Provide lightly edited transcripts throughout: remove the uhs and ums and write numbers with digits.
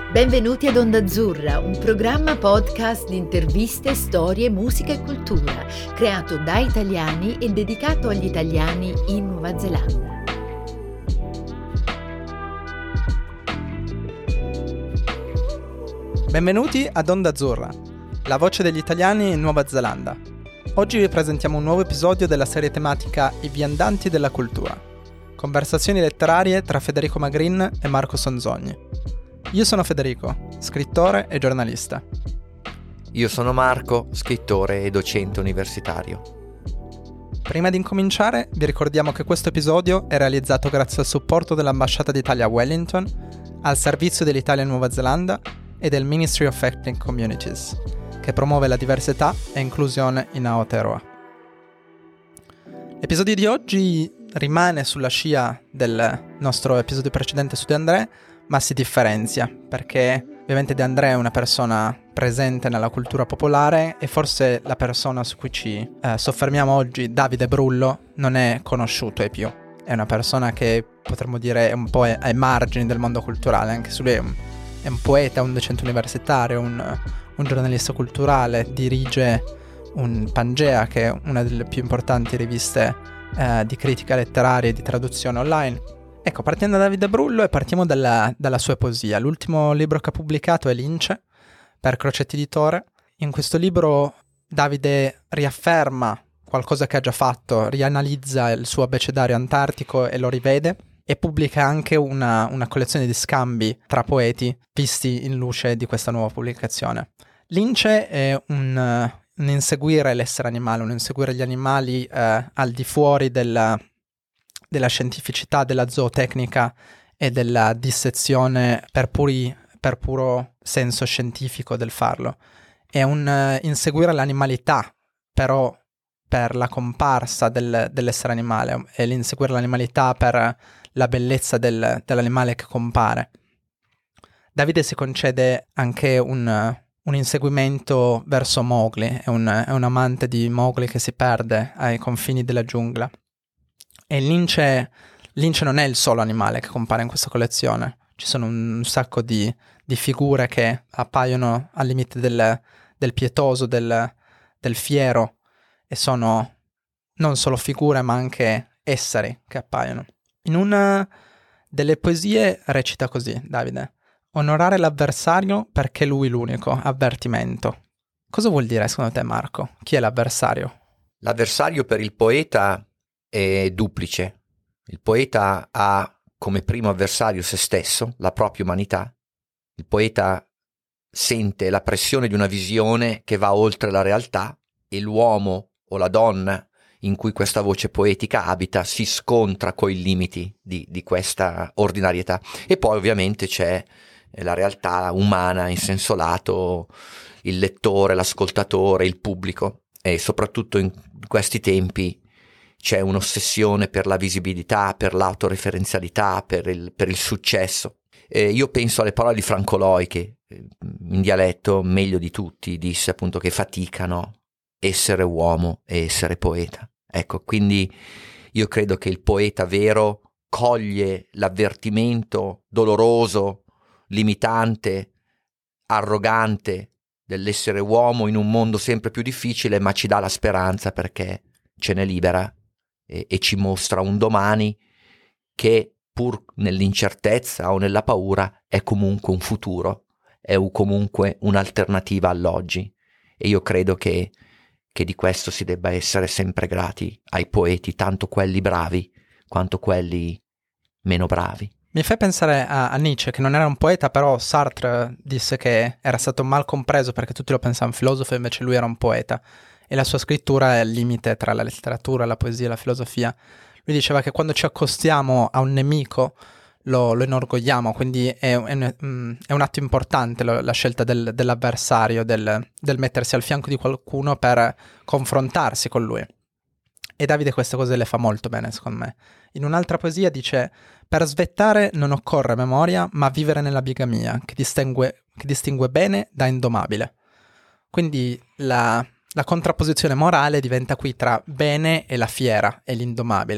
Benvenuti ad Onda Azzurra, un programma podcast di interviste, storie, musica e cultura, creato da italiani e dedicato agli italiani in Nuova Zelanda. Benvenuti ad Onda Azzurra, la voce degli italiani in Nuova Zelanda. Oggi vi presentiamo un nuovo episodio della serie tematica I viandanti della cultura. Conversazioni letterarie tra Federico Magrin e Marco Sonzogni. Io sono Federico, scrittore e giornalista. Io sono Marco, scrittore e docente universitario. Prima di incominciare, vi ricordiamo che questo episodio è realizzato grazie al supporto dell'Ambasciata d'Italia a Wellington, al servizio dell'Italia in Nuova Zelanda e del Ministry of Ethnic Communities, che promuove la diversità e inclusione in Aotearoa. L'episodio di oggi rimane sulla scia del nostro episodio precedente su De André, ma si differenzia, perché ovviamente De André è una persona presente nella cultura popolare e forse la persona su cui ci soffermiamo oggi, Davide Brullo, non è conosciuto ai più. È una persona che potremmo dire è un po' ai margini del mondo culturale, anche se lui è un poeta, un docente universitario, un giornalista culturale, dirige un Pangea, che è una delle più importanti riviste di critica letteraria e di traduzione online. Ecco, partiamo da Davide Brullo e partiamo dalla sua poesia. L'ultimo libro che ha pubblicato è Lince, per Crocetti Editore. In questo libro Davide riafferma qualcosa che ha già fatto, rianalizza il suo abbecedario antartico e lo rivede, e pubblica anche una collezione di scambi tra poeti visti in luce di questa nuova pubblicazione. Lince è un inseguire l'essere animale, un inseguire gli animali al di fuori della scientificità, della zootecnica e della dissezione per puro senso scientifico del farlo. È un inseguire l'animalità, però per la comparsa dell'essere animale, e l'inseguire l'animalità per la bellezza dell'animale che compare. Davide si concede anche un inseguimento verso Mowgli, è un amante di Mowgli che si perde ai confini della giungla. E Lince non è il solo animale che compare in questa collezione. Ci sono un sacco di figure che appaiono al limite del pietoso, del fiero, e sono non solo figure ma anche esseri che appaiono. In una delle poesie recita così, Davide: onorare l'avversario perché lui l'unico, avvertimento. Cosa vuol dire secondo te, Marco? Chi è l'avversario? L'avversario per il poeta è duplice. Il poeta ha come primo avversario se stesso, la propria umanità. Il poeta sente la pressione di una visione che va oltre la realtà, e l'uomo o la donna in cui questa voce poetica abita si scontra coi limiti di questa ordinarietà. E poi ovviamente c'è la realtà umana in senso lato, il lettore, l'ascoltatore, il pubblico, e soprattutto in questi tempi c'è un'ossessione per la visibilità, per l'autoreferenzialità, per il successo. Io penso alle parole di Franco Loi, che in dialetto meglio di tutti disse appunto che faticano essere uomo e essere poeta. Ecco, quindi io credo che il poeta vero coglie l'avvertimento doloroso, limitante, arrogante dell'essere uomo in un mondo sempre più difficile, ma ci dà la speranza perché ce ne libera e ci mostra un domani che, pur nell'incertezza o nella paura, è comunque un futuro, è comunque un'alternativa all'oggi. E io credo che di questo si debba essere sempre grati ai poeti, tanto quelli bravi quanto quelli meno bravi. Mi fai pensare a Nietzsche, che non era un poeta, però Sartre disse che era stato mal compreso perché tutti lo pensavano filosofo, invece lui era un poeta, e la sua scrittura è il limite tra la letteratura, la poesia e la filosofia. Lui diceva che quando ci accostiamo a un nemico lo inorgogliamo, quindi è un atto importante la scelta dell'avversario, del mettersi al fianco di qualcuno per confrontarsi con lui. E Davide queste cose le fa molto bene, secondo me. In un'altra poesia dice: per svettare non occorre memoria, ma vivere nella bigamia, che distingue bene da indomabile. Quindi la contrapposizione morale diventa qui tra bene e la fiera e l'indomabile.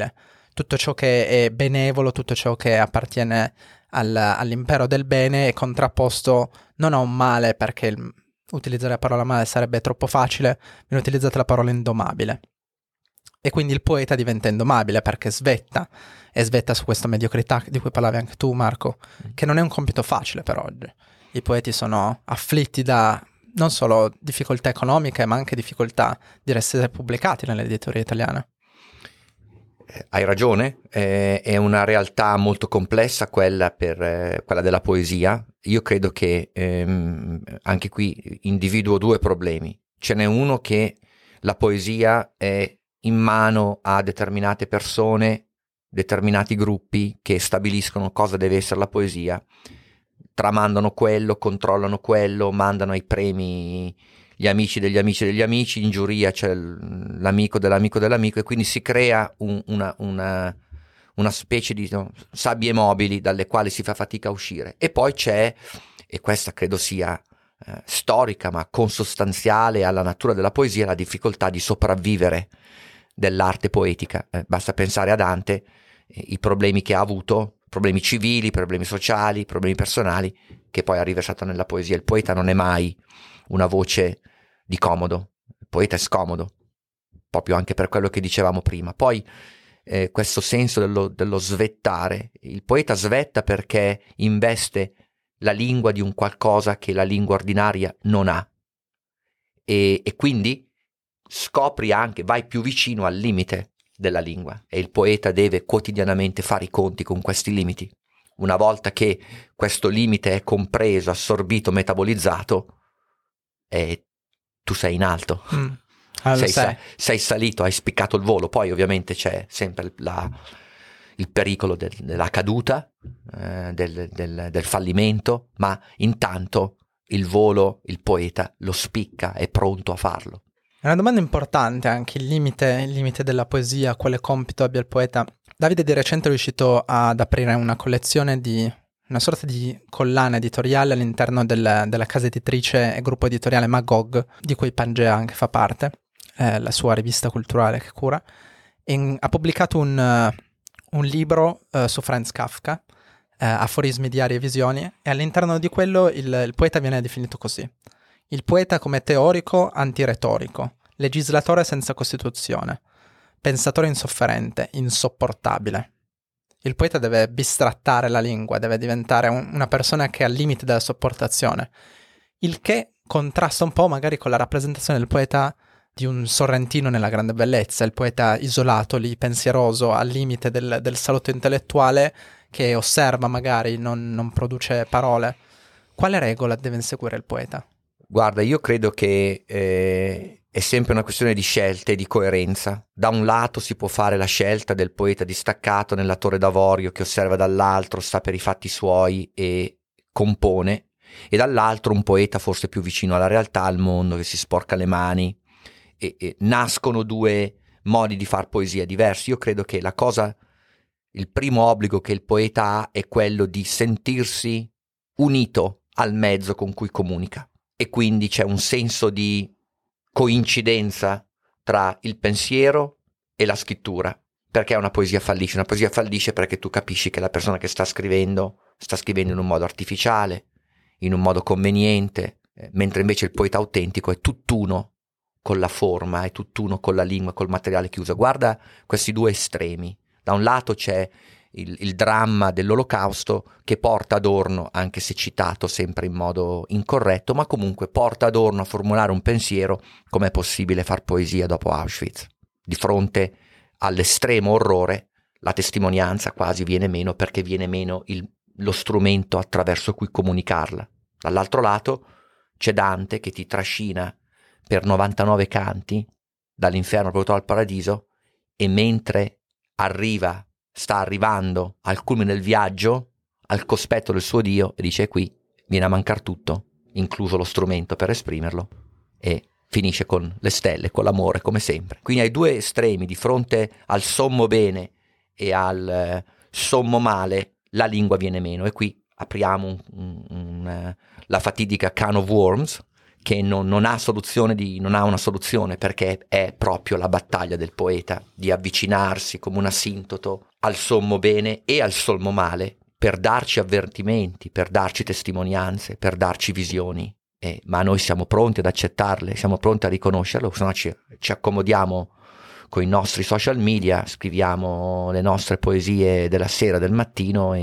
tutto ciò che è benevolo, tutto ciò che appartiene all'impero del bene è contrapposto non a un male, perché utilizzare la parola male sarebbe troppo facile, viene utilizzata la parola indomabile. E quindi il poeta diventa indomabile perché svetta su questa mediocrità di cui parlavi anche tu, Marco, che non è un compito facile per oggi. I poeti sono afflitti da non solo difficoltà economiche, ma anche difficoltà di essere pubblicati nell'editoria italiana. Hai ragione, è una realtà molto complessa quella della poesia. Io credo che anche qui individuo due problemi. Ce n'è uno che la poesia è in mano a determinate persone, determinati gruppi che stabiliscono cosa deve essere la poesia, tramandano quello, controllano quello, mandano ai premi gli amici degli amici degli amici, in giuria c'è l'amico dell'amico dell'amico, e quindi si crea una specie di sabbie mobili dalle quali si fa fatica a uscire. E poi c'è, e questa credo sia storica ma consostanziale alla natura della poesia, la difficoltà di sopravvivere dell'arte poetica. Basta pensare a Dante, i problemi che ha avuto, problemi civili, problemi sociali, problemi personali, che poi ha riversato nella poesia. Il poeta non è mai una voce di comodo, il poeta è scomodo, proprio anche per quello che dicevamo prima. Poi questo senso dello svettare, il poeta svetta perché investe la lingua di un qualcosa che la lingua ordinaria non ha, e quindi scopri anche, vai più vicino al limite della lingua, e il poeta deve quotidianamente fare i conti con questi limiti. Una volta che questo limite è compreso, assorbito, metabolizzato, tu sei in alto, sei salito, hai spiccato il volo. Poi ovviamente c'è sempre il pericolo della caduta, del fallimento, ma intanto il volo, il poeta lo spicca, è pronto a farlo. È una domanda importante anche il limite della poesia, quale compito abbia il poeta. Davide di recente è riuscito ad aprire una collezione una sorta di collana editoriale all'interno della casa editrice e gruppo editoriale Magog, di cui Pangea anche fa parte, la sua rivista culturale che cura, e ha pubblicato un libro su Franz Kafka, aforismi, diari e visioni, e all'interno di quello il poeta viene definito così: il poeta come teorico antiretorico, legislatore senza costituzione, pensatore insofferente, insopportabile. Il poeta deve bistrattare la lingua, deve diventare una persona che è al limite della sopportazione, il che contrasta un po' magari con la rappresentazione del poeta di un Sorrentino nella Grande Bellezza, il poeta isolato lì, pensieroso, al limite del salotto intellettuale, che osserva magari, non produce parole. Quale regola deve inseguire il poeta? Guarda, io credo che è sempre una questione di scelte e di coerenza. Da un lato si può fare la scelta del poeta distaccato nella torre d'avorio che osserva dall'altro, sta per i fatti suoi e compone, e dall'altro un poeta forse più vicino alla realtà, al mondo, che si sporca le mani, e nascono due modi di far poesia diversi. Io credo che il primo obbligo che il poeta ha è quello di sentirsi unito al mezzo con cui comunica, e quindi c'è un senso di coincidenza tra il pensiero e la scrittura. Perché una poesia fallisce? Una poesia fallisce perché tu capisci che la persona che sta scrivendo in un modo artificiale, in un modo conveniente, mentre invece il poeta autentico è tutt'uno con la forma, è tutt'uno con la lingua, col materiale che usa. Guarda questi due estremi. Da un lato c'è il dramma dell'Olocausto, che porta Adorno, anche se citato sempre in modo incorretto, ma comunque porta Adorno a formulare un pensiero: com'è possibile far poesia dopo Auschwitz? Di fronte all'estremo orrore, la testimonianza quasi viene meno, perché viene meno lo strumento attraverso cui comunicarla. Dall'altro lato c'è Dante che ti trascina per 99 canti dall'inferno proprio al paradiso, e mentre sta arrivando al culmine del viaggio, al cospetto del suo Dio, e dice: qui viene a mancar tutto, incluso lo strumento per esprimerlo, e finisce con le stelle, con l'amore, come sempre. Quindi hai due estremi: di fronte al sommo bene e al sommo male, la lingua viene meno. E qui apriamo la fatidica can of worms, che non ha una soluzione, perché è proprio la battaglia del poeta di avvicinarsi come un asintoto al sommo bene e al sommo male, per darci avvertimenti, per darci testimonianze, per darci visioni. Ma noi siamo pronti ad accettarle, siamo pronti a riconoscerlo, se no ci accomodiamo con i nostri social media, scriviamo le nostre poesie della sera, del mattino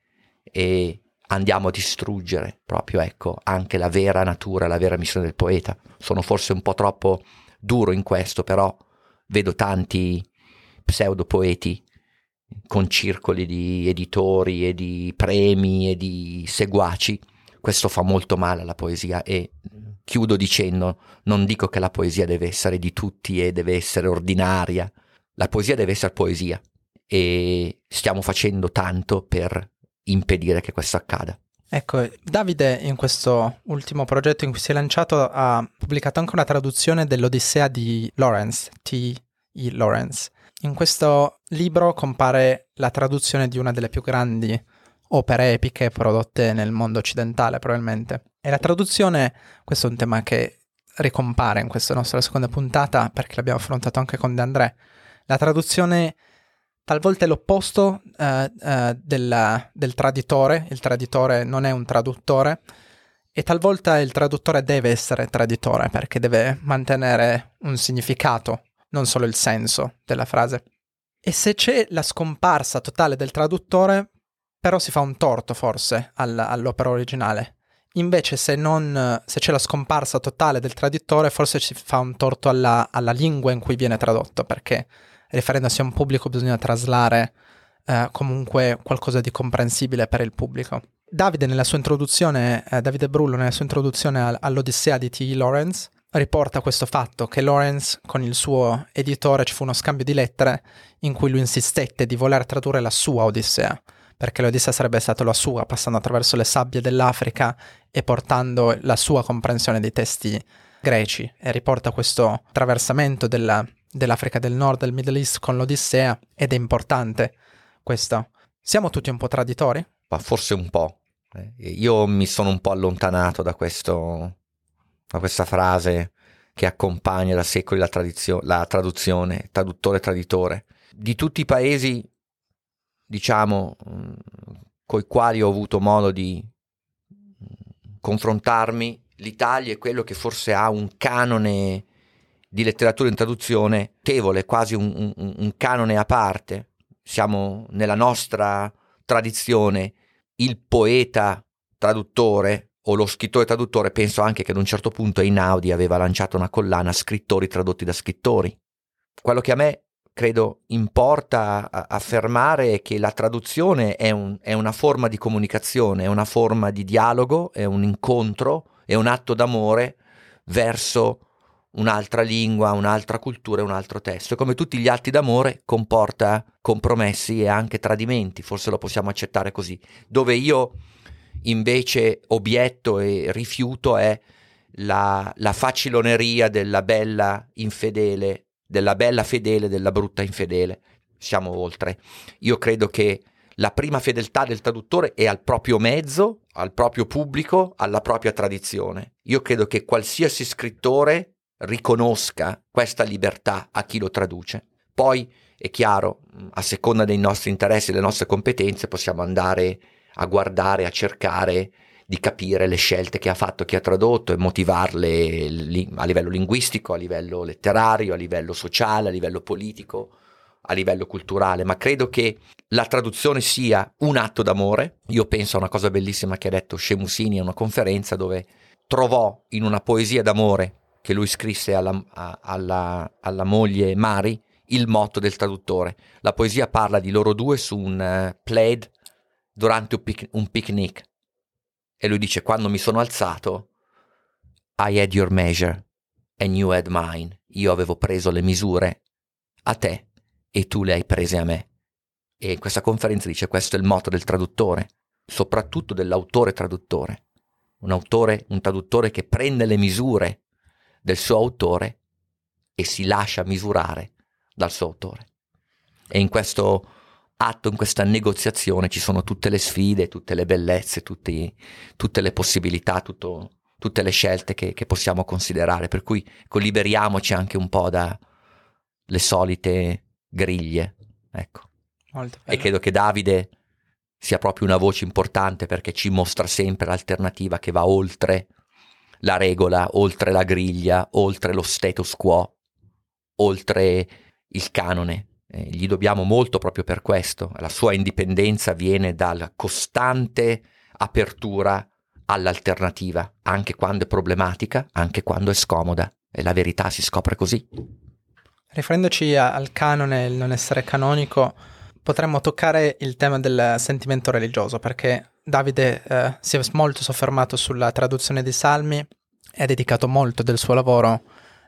e andiamo a distruggere proprio, ecco, anche la vera natura, la vera missione del poeta. Sono forse un po' troppo duro in questo, però vedo tanti pseudopoeti con circoli di editori e di premi e di seguaci. Questo fa molto male alla poesia, e chiudo dicendo, non dico che la poesia deve essere di tutti e deve essere ordinaria, la poesia deve essere poesia, e stiamo facendo tanto per impedire che questo accada. Ecco, Davide in questo ultimo progetto in cui si è lanciato ha pubblicato anche una traduzione dell'Odissea di Lawrence, T.E. Lawrence. In questo libro compare la traduzione di una delle più grandi opere epiche prodotte nel mondo occidentale, probabilmente. E la traduzione, questo è un tema che ricompare in questa nostra seconda puntata, perché l'abbiamo affrontato anche con De André. La traduzione talvolta è l'opposto del traditore. Il traditore non è un traduttore, e talvolta il traduttore deve essere traditore, perché deve mantenere un significato, non solo il senso della frase. E se c'è la scomparsa totale del traduttore, però si fa un torto forse all'opera originale. Invece se c'è la scomparsa totale del traduttore, forse si fa un torto alla lingua in cui viene tradotto, perché riferendosi a un pubblico bisogna traslare comunque qualcosa di comprensibile per il pubblico. Davide Brullo nella sua introduzione all'Odissea di T.E. Lawrence riporta questo fatto, che Lawrence con il suo editore ci fu uno scambio di lettere in cui lui insistette di voler tradurre la sua Odissea, perché l'Odissea sarebbe stata la sua, passando attraverso le sabbie dell'Africa e portando la sua comprensione dei testi greci, e riporta questo attraversamento dell'Africa del Nord, del Middle East con l'Odissea, ed è importante questo. Siamo tutti un po' traditori? Ma forse un po'. Io mi sono un po' allontanato da questa frase che accompagna da secoli la traduzione, traduttore-traditore. Di tutti i paesi, diciamo, coi quali ho avuto modo di confrontarmi, l'Italia è quello che forse ha un canone di letteratura in traduzione notevole, quasi un canone a parte. Siamo nella nostra tradizione, il poeta traduttore o lo scrittore traduttore. Penso anche che ad un certo punto Einaudi aveva lanciato una collana scrittori tradotti da scrittori. Quello che a me credo importa affermare è che la traduzione è una forma di comunicazione, è una forma di dialogo, è un incontro, è un atto d'amore verso un'altra lingua, un'altra cultura, un altro testo. E come tutti gli atti d'amore comporta compromessi e anche tradimenti, forse lo possiamo accettare così. Dove io invece obietto e rifiuto è la faciloneria della bella infedele, della bella fedele, della brutta infedele. Siamo oltre. Io credo che la prima fedeltà del traduttore è al proprio mezzo, al proprio pubblico, alla propria tradizione. Io credo che qualsiasi scrittore riconosca questa libertà a chi lo traduce. Poi è chiaro, a seconda dei nostri interessi e delle nostre competenze, possiamo andare a guardare, a cercare di capire le scelte che ha fatto chi ha tradotto e motivarle a livello linguistico, a livello letterario, a livello sociale, a livello politico, a livello culturale. Ma credo che la traduzione sia un atto d'amore. Io penso a una cosa bellissima che ha detto Shemusini a una conferenza, dove trovò in una poesia d'amore che lui scrisse alla moglie Mari il motto del traduttore. La poesia parla di loro due su un plaid durante un picnic, e lui dice: quando mi sono alzato, I had your measure and you had mine. Io avevo preso le misure a te e tu le hai prese a me. E in questa conferenza dice: questo è il motto del traduttore, soprattutto dell'autore traduttore. Un traduttore che prende le misure del suo autore e si lascia misurare dal suo autore. E in questo atto, in questa negoziazione, ci sono tutte le sfide, tutte le bellezze, tutte le possibilità, tutto tutte le scelte che possiamo considerare, per cui liberiamoci anche un po' dalle solite griglie, ecco. Molto E bello. credo che Davide sia proprio una voce importante, perché ci mostra sempre l'alternativa che va oltre la regola, oltre la griglia, oltre lo status quo, oltre il canone. Gli dobbiamo molto proprio per questo. La sua indipendenza viene dalla costante apertura all'alternativa, anche quando è problematica, anche quando è scomoda, e la verità si scopre così. Riferendoci al canone e il non essere canonico, potremmo toccare il tema del sentimento religioso, perché Davide si è molto soffermato sulla traduzione dei Salmi e ha dedicato molto del suo lavoro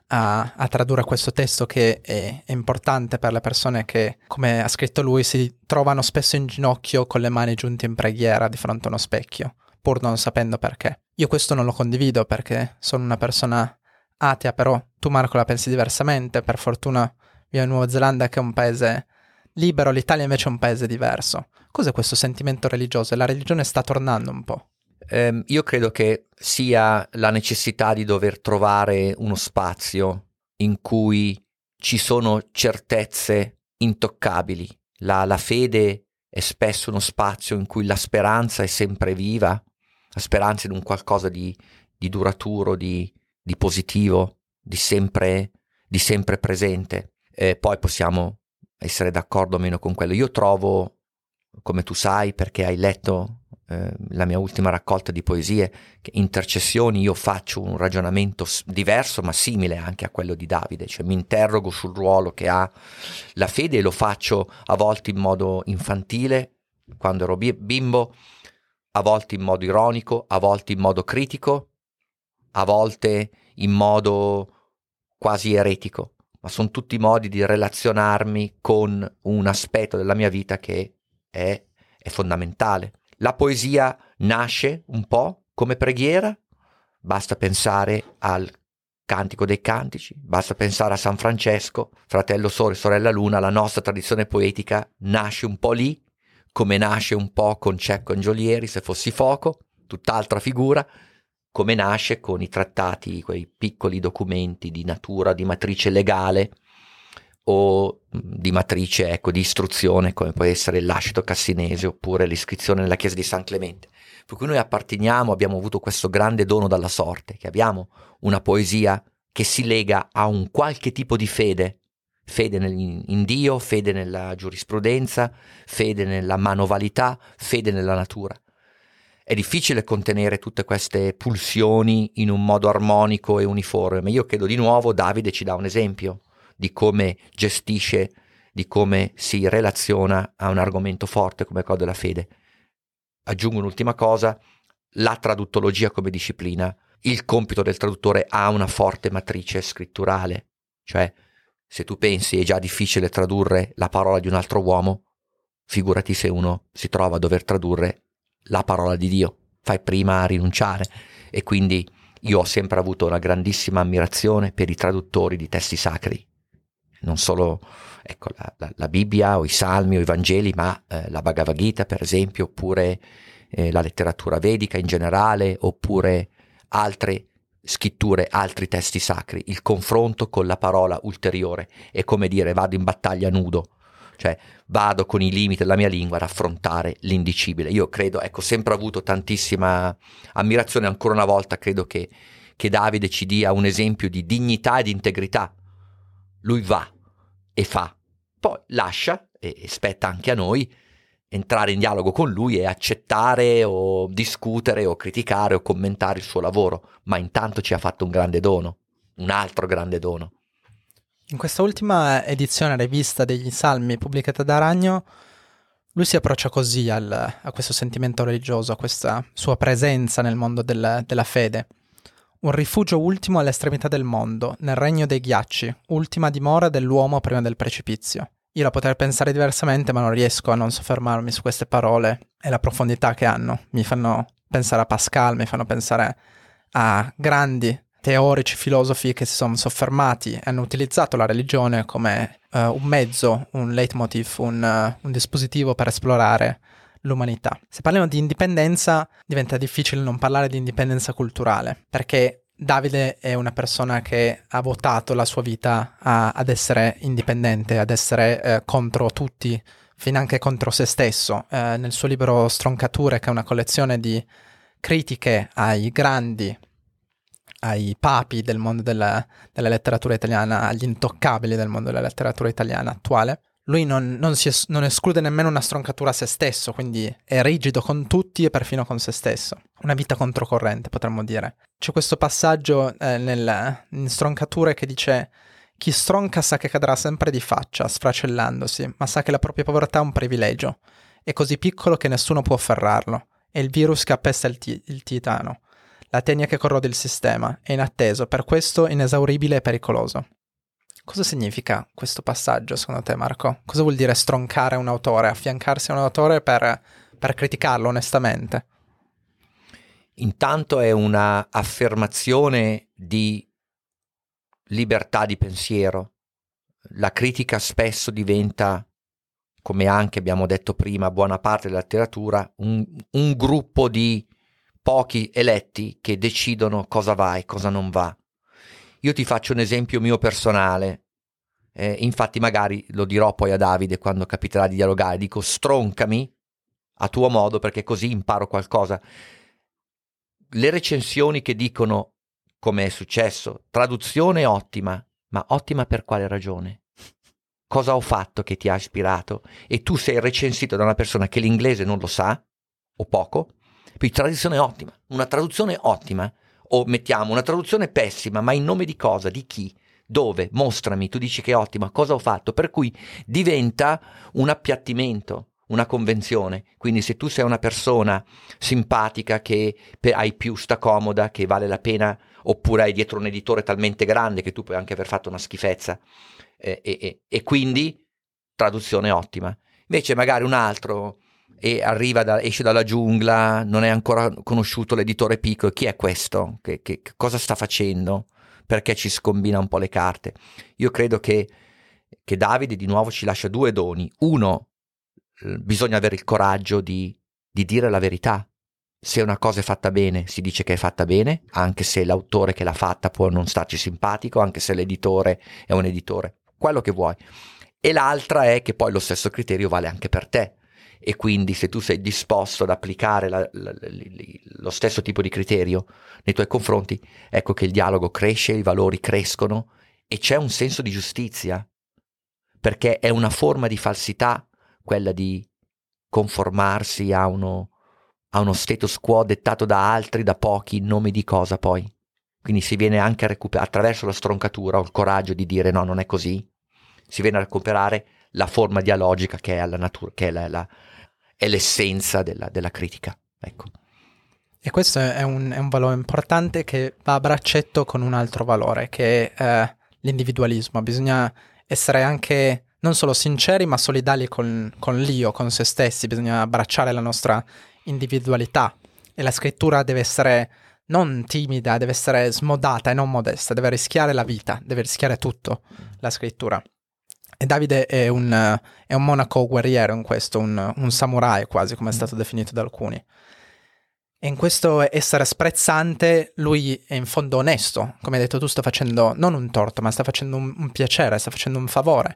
a tradurre questo testo, che è importante per le persone che, come ha scritto lui, si trovano spesso in ginocchio con le mani giunte in preghiera di fronte a uno specchio, pur non sapendo perché. Io questo non lo condivido perché sono una persona atea, però tu, Marco, la pensi diversamente. Per fortuna vivo in Nuova Zelanda, che è un paese libero, l'Italia invece è un paese diverso. Cos'è questo sentimento religioso? La religione sta tornando un po'. Io credo che sia la necessità di dover trovare uno spazio in cui ci sono certezze intoccabili. La fede è spesso uno spazio in cui la speranza è sempre viva, la speranza in un qualcosa di duraturo, di positivo, di sempre presente. Poi possiamo essere d'accordo o meno con quello. Io trovo, come tu sai, perché hai letto la mia ultima raccolta di poesie, che Intercessioni, io faccio un ragionamento diverso ma simile anche a quello di Davide, cioè mi interrogo sul ruolo che ha la fede, e lo faccio a volte in modo infantile, quando ero bimbo, a volte in modo ironico, a volte in modo critico, a volte in modo quasi eretico, ma sono tutti modi di relazionarmi con un aspetto della mia vita che è fondamentale. La poesia nasce un po' come preghiera, basta pensare al Cantico dei Cantici, basta pensare a San Francesco, fratello Sole, sorella Luna. La nostra tradizione poetica nasce un po' lì, come nasce un po' con Cecco Angiolieri, Se fossi fuoco, tutt'altra figura, come nasce con i trattati, quei piccoli documenti di natura, di matrice legale o di matrice, ecco, di istruzione, come può essere il lascito cassinese oppure l'iscrizione nella chiesa di San Clemente. Per cui noi apparteniamo, abbiamo avuto questo grande dono dalla sorte, che abbiamo una poesia che si lega a un qualche tipo di fede in Dio, fede nella giurisprudenza, fede nella manovalità, fede nella natura. È difficile contenere tutte queste pulsioni in un modo armonico e uniforme, ma io credo, di nuovo, Davide ci dà un esempio di come gestisce, di come si relaziona a un argomento forte come quello della fede. Aggiungo un'ultima cosa: la traduttologia come disciplina, il compito del traduttore ha una forte matrice scritturale, cioè se tu pensi è già difficile tradurre la parola di un altro uomo, figurati se uno si trova a dover tradurre la parola di Dio, fai prima a rinunciare. E quindi io ho sempre avuto una grandissima ammirazione per i traduttori di testi sacri, non solo, ecco, la Bibbia o i Salmi o i Vangeli, ma la Bhagavad Gita, per esempio, oppure la letteratura vedica in generale, oppure altre scritture, altri testi sacri. Il confronto con la parola ulteriore è come dire: vado in battaglia nudo, cioè vado con i limiti della mia lingua ad affrontare l'indicibile. Io credo, ecco, sempre avuto tantissima ammirazione. Ancora una volta credo che Davide ci dia un esempio di dignità e di integrità. Lui va e fa, poi lascia, e spetta anche a noi entrare in dialogo con lui e accettare o discutere o criticare o commentare il suo lavoro, ma intanto ci ha fatto un grande dono, un altro grande dono. In questa ultima edizione rivista degli Salmi pubblicata da Ragno, lui si approccia così a questo sentimento religioso, a questa sua presenza nel mondo della fede. Un rifugio ultimo all'estremità del mondo, nel regno dei ghiacci, ultima dimora dell'uomo prima del precipizio. Io la potrei pensare diversamente, ma non riesco a non soffermarmi su queste parole e la profondità che hanno. Mi fanno pensare a Pascal, mi fanno pensare a grandi teorici, filosofi che si sono soffermati e hanno utilizzato la religione come un mezzo, un leitmotiv, un dispositivo per esplorare l'umanità. Se parliamo di indipendenza, diventa difficile non parlare di indipendenza culturale, perché Davide è una persona che ha votato la sua vita ad essere indipendente, ad essere contro tutti, finanche contro se stesso. Nel suo libro Stroncature, che è una collezione di critiche ai grandi, ai papi del mondo della letteratura italiana, agli intoccabili del mondo della letteratura italiana attuale, lui non esclude nemmeno una stroncatura a se stesso, quindi è rigido con tutti e perfino con se stesso. Una vita controcorrente, potremmo dire. C'è questo passaggio in Stroncature che dice: chi stronca sa che cadrà sempre di faccia, sfracellandosi, ma sa che la propria povertà è un privilegio. È così piccolo che nessuno può afferrarlo. È il virus che appesta il titano. La tenia che corrode il sistema. È inatteso, per questo inesauribile e pericoloso. Cosa significa questo passaggio, secondo te, Marco? Cosa vuol dire stroncare un autore, affiancarsi a un autore per criticarlo onestamente? Intanto è una affermazione di libertà di pensiero. La critica spesso diventa, come anche abbiamo detto prima, buona parte della letteratura, un gruppo di pochi eletti che decidono cosa va e cosa non va. Io ti faccio un esempio mio personale, infatti magari lo dirò poi a Davide quando capiterà di dialogare, dico: stroncami a tuo modo, perché così imparo qualcosa. Le recensioni che dicono, come è successo, traduzione ottima, ma ottima per quale ragione? Cosa ho fatto che ti ha ispirato? E tu sei recensito da una persona che l'inglese non lo sa, o poco, quindi traduzione ottima, una traduzione ottima. O mettiamo una traduzione pessima, ma in nome di cosa? Di chi? Dove? Mostrami, tu dici che è ottima, cosa ho fatto? Per cui diventa un appiattimento, una convenzione. Quindi se tu sei una persona simpatica, che hai più, sta comoda, che vale la pena, oppure hai dietro un editore talmente grande che tu puoi anche aver fatto una schifezza, e quindi traduzione ottima. Invece magari un altro e esce dalla giungla, non è ancora conosciuto l'editore piccolo, chi è questo? Che cosa sta facendo? Perché ci scombina un po' le carte? Io credo che Davide di nuovo ci lascia due doni. Uno, bisogna avere il coraggio di dire la verità. Se una cosa è fatta bene, si dice che è fatta bene, anche se l'autore che l'ha fatta può non starci simpatico, anche se l'editore è un editore, quello che vuoi. E l'altra è che poi lo stesso criterio vale anche per te. E quindi se tu sei disposto ad applicare lo stesso tipo di criterio nei tuoi confronti, ecco che il dialogo cresce, i valori crescono e c'è un senso di giustizia, perché è una forma di falsità quella di conformarsi a uno status quo dettato da altri, da pochi, in nome di cosa poi? Quindi si viene anche a recuperare, attraverso la stroncatura o il coraggio di dire no, non è così, si viene a recuperare la forma dialogica che è alla natura, che è l'essenza della critica, ecco. E questo è un valore importante che va a braccetto con un altro valore, che è l'individualismo. Bisogna essere anche non solo sinceri, ma solidali con l'io, con se stessi. Bisogna abbracciare la nostra individualità. E la scrittura deve essere non timida, deve essere smodata e non modesta. Deve rischiare la vita, deve rischiare tutto, la scrittura. E Davide è un monaco guerriero in questo, un samurai quasi, come è stato definito da alcuni. E in questo essere sprezzante lui è in fondo onesto. Come hai detto tu, sta facendo non un torto, ma sta facendo un piacere, sta facendo un favore.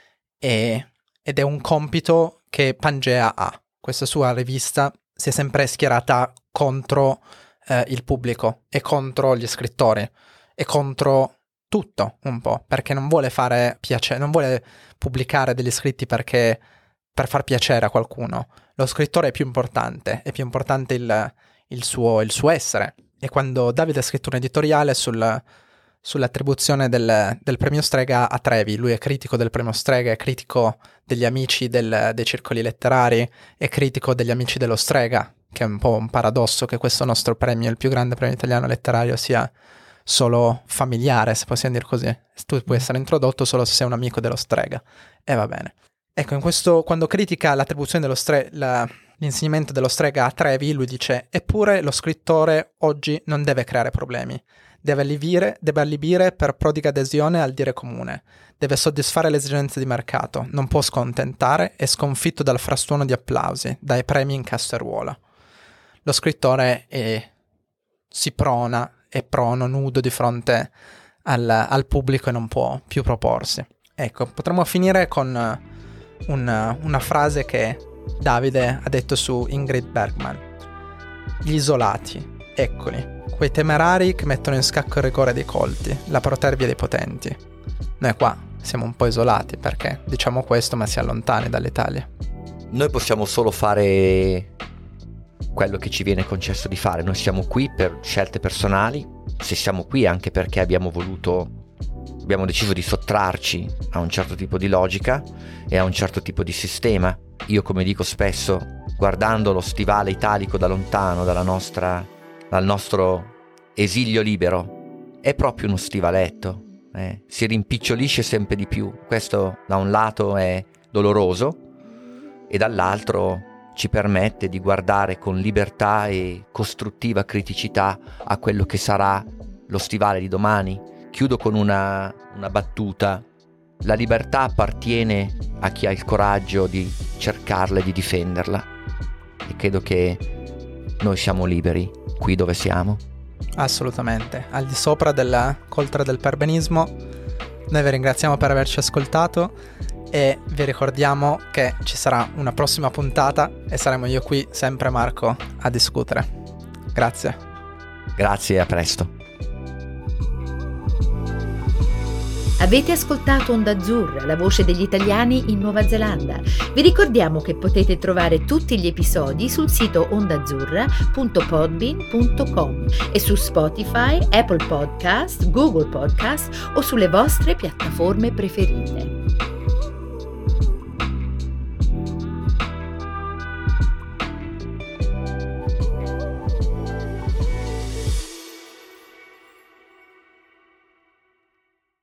Ed è un compito che Pangea ha. Questa sua rivista si è sempre schierata contro il pubblico e contro gli scrittori e contro tutto un po', perché non vuole fare piacere, non vuole pubblicare degli scritti per far piacere a qualcuno. Lo scrittore è più importante il suo essere. E quando Davide ha scritto un editoriale sull'attribuzione del premio Strega a Trevi, lui è critico del premio Strega, è critico degli amici dei circoli letterari, è critico degli amici dello Strega, che è un po' un paradosso che questo nostro premio, il più grande premio italiano letterario, sia solo familiare, se possiamo dire così. Tu puoi essere introdotto solo se sei un amico dello Strega. E va bene. Ecco, in questo, quando critica l'attribuzione l'insegnamento dello Strega a Trevi, lui dice: eppure lo scrittore oggi non deve creare problemi, deve allibire per prodiga adesione al dire comune, deve soddisfare le esigenze di mercato, non può scontentare, è sconfitto dal frastuono di applausi, dai premi in casseruola. Lo scrittore si prona, è prono, nudo di fronte al pubblico e non può più proporsi. Ecco, potremmo finire con una frase che Davide ha detto su Ingrid Bergman. Gli isolati, eccoli, quei temerari che mettono in scacco il rigore dei colti, la protervia dei potenti. Noi qua siamo un po' isolati perché diciamo questo ma siamo lontani dall'Italia. Noi possiamo solo fare quello che ci viene concesso di fare. Noi siamo qui per scelte personali, se siamo qui anche perché abbiamo deciso di sottrarci a un certo tipo di logica e a un certo tipo di sistema. Io, come dico spesso, guardando lo stivale italico da lontano, dal nostro esilio libero, è proprio uno stivaletto, si rimpicciolisce sempre di più. Questo da un lato è doloroso e dall'altro ci permette di guardare con libertà e costruttiva criticità a quello che sarà lo stivale di domani. Chiudo con una battuta. La libertà appartiene a chi ha il coraggio di cercarla e di difenderla. E credo che noi siamo liberi qui dove siamo. Assolutamente. Al di sopra della coltre del perbenismo, noi vi ringraziamo per averci ascoltato e vi ricordiamo che ci sarà una prossima puntata e saremo io qui, sempre Marco, a discutere. Grazie. Grazie e a presto. Avete ascoltato Onda Azzurra, la voce degli italiani in Nuova Zelanda. Vi ricordiamo che potete trovare tutti gli episodi sul sito ondaazzurra.podbean.com e su Spotify, Apple Podcast, Google Podcast o sulle vostre piattaforme preferite.